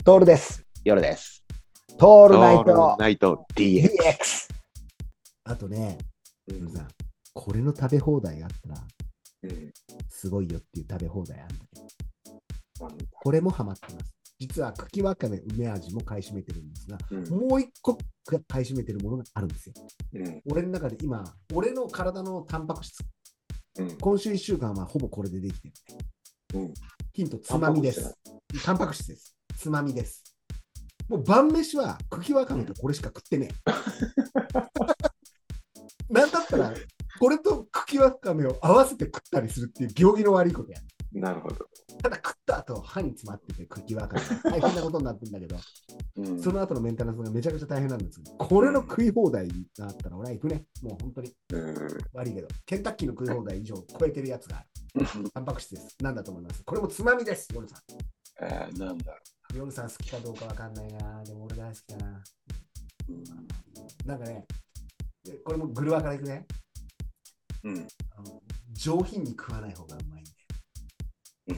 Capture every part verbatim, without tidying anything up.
トールです。 夜です。 トールナイオールトナイト ディーエックス。 ディーエックス。あとね、 うん、 さこれの食べ放題があったら、 うん、 すごいよっていう食べ放題あるんだけど、 うん、 これもハマってます。実は茎わかめ梅味も買い占めてるんですが、 うん、 もう一個買い占めてるものがあるんですよ。 うん、 俺の中で今、俺の体のタンパク質、 うん、 今週いっしゅうかんはほぼこれでできてる、ね。 うん。 ヒント、つまみです。タンパク質です。つまみです。もう晩飯は茎わかめとこれしか食ってねえ。なんだったら、これと茎わかめを合わせて食ったりするっていう行儀の悪いことや。 なるほど。 ただ食った後、歯に詰まってて茎わかめ。大変なことになってるんだけど、うん、その後のメンテナンスがめちゃくちゃ大変なんですけど、これの食い放題があったら俺は行くね。もう本当に。うん、悪いけど、ケンタッキーの食い放題以上超えてるやつがある。タンパク質です。なんだと思います。これもつまみです、夜さん。 えー、なんだろう。夜さん好きかどうかわかんないな。でも俺大好きだな。うん、なんかね、これもグルワからいくね。うん、あの上品に食わない方がうまいんで、うん、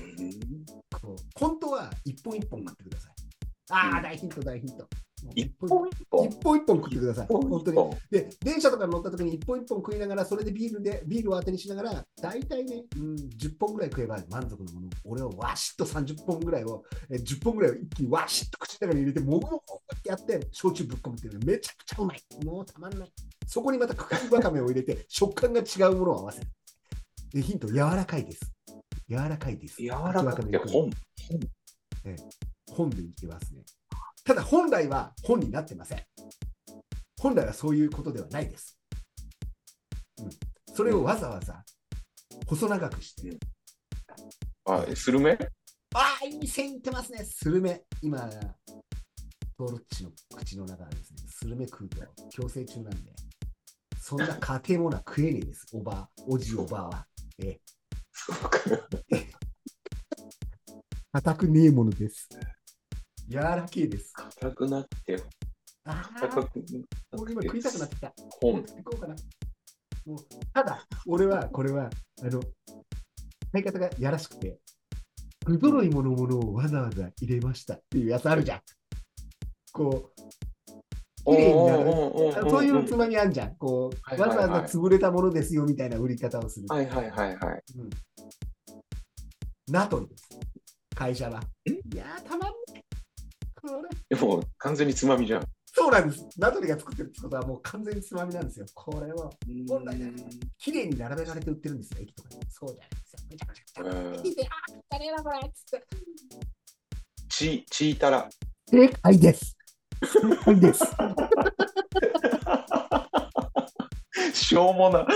こう本当は一本一本食ってください。ああ、うん、大ヒント大ヒント。 一本一本一本一本食ってください。本当に。で、電車とか乗った時に一本一本食いながら、それでビールでビールを当てにしながら、大体ね、うん、じゅっぽんぐらい食えば満足のもの。俺をわしっとさんじゅっぽんぐらいを、えじゅっぽんぐらいを一気にわしっと口の中に入れて、もぐもぐってやって、焼酎ぶっ込むっていうのめちゃくちゃうまい。もうたまんない。そこにまた茎わかめを入れて、食感が違うものを合わせる。でヒント、柔らかいです。柔らかいです。 柔らかくて本。本、 ええ、本でいきますね。ただ本来は本になってません。本来はそういうことではないです。うん、それをわざわざ細長くして。うん、 あ、スルメ？ ああ、いい線いってますね。スルメ。今、トールッチの口の中ですね、スルメ食うと矯正中なんで、そんな家庭ものは食えねえです。おば、おじおばは。ええ。硬くねえものです。柔らけえです。 硬くなってよ。 ああ、俺今食いたくなってきた。 本。 行こうかな。もうただ、俺はこれは、あの、使い方がやらしくて、不揃いものものをわざわざ入れましたっていうやつあるじゃん。こう、綺麗になる。そういうつまみあるじゃん。こう、はいはいはい、わざわざ潰れたものですよみたいな売り方をする。 はいはいはいはい。うん、 ナトリです。会社は。いやー、たまんない。 これ。でも、完全につまみじゃん。 そうなんです。ナトリが作ってるってことはもう完全につまみなんですよ。これは、本来ね、綺麗に並べられて売ってるんですよ、駅とかに。そうじゃないですよ。めちゃくちゃ。あー、汚ねえな、これ。つって。 チ、チータラ。 正解です。正解です。 しょうもな。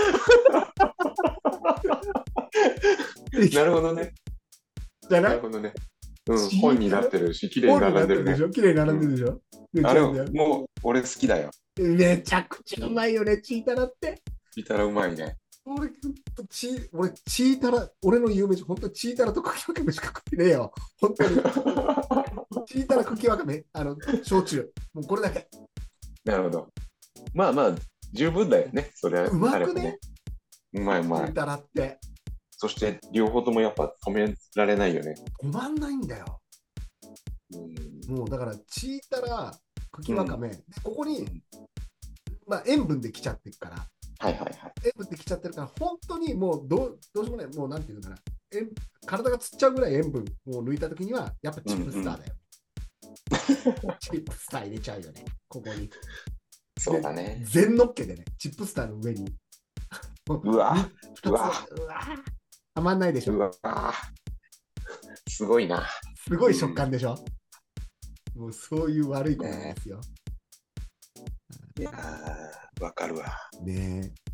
なるほどね。 じゃない？ なるほどね。うん、本になってるし、綺麗に並んでるね。 綺麗に並んでるでしょ、 うん、あれ、もう、俺好きだよ。 めちゃくちゃうまいよね、チータラって。 チータラうまいね。 俺、チ俺チータラ、俺の有名人、本当にチータラと茎わかめしか食ってねえよ。本当に。チータラ、茎わかめ、あの、焼酎。もうこれだけ。 なるほど。まあまあ、十分だよね、それは。 うまくね。 うまいうまい。 チータラって。 そして、両方ともやっぱ止められないよね。 止まんないんだよ。うん、もうだから、チータラ、茎わかめ、うん、ここに、まあ、塩分で来ちゃってるから。 はいはいはい。 塩分で来ちゃってるから、本当にもうどう、どうしようもない、もうなんていうのかな。塩体がつっちゃうぐらい塩分を抜いたときには、やっぱチップスターだよ。うんうん、チップスター入れちゃうよね、ここに。 そうだね。 全のっけでね、チップスターの上に。 うわうわうわたまんないでしょ。 うわすごいな。 すごい食感でしょ。うん、もうそういう悪い子なんですよ。 ね、いやー、わかるわ。 ねえ。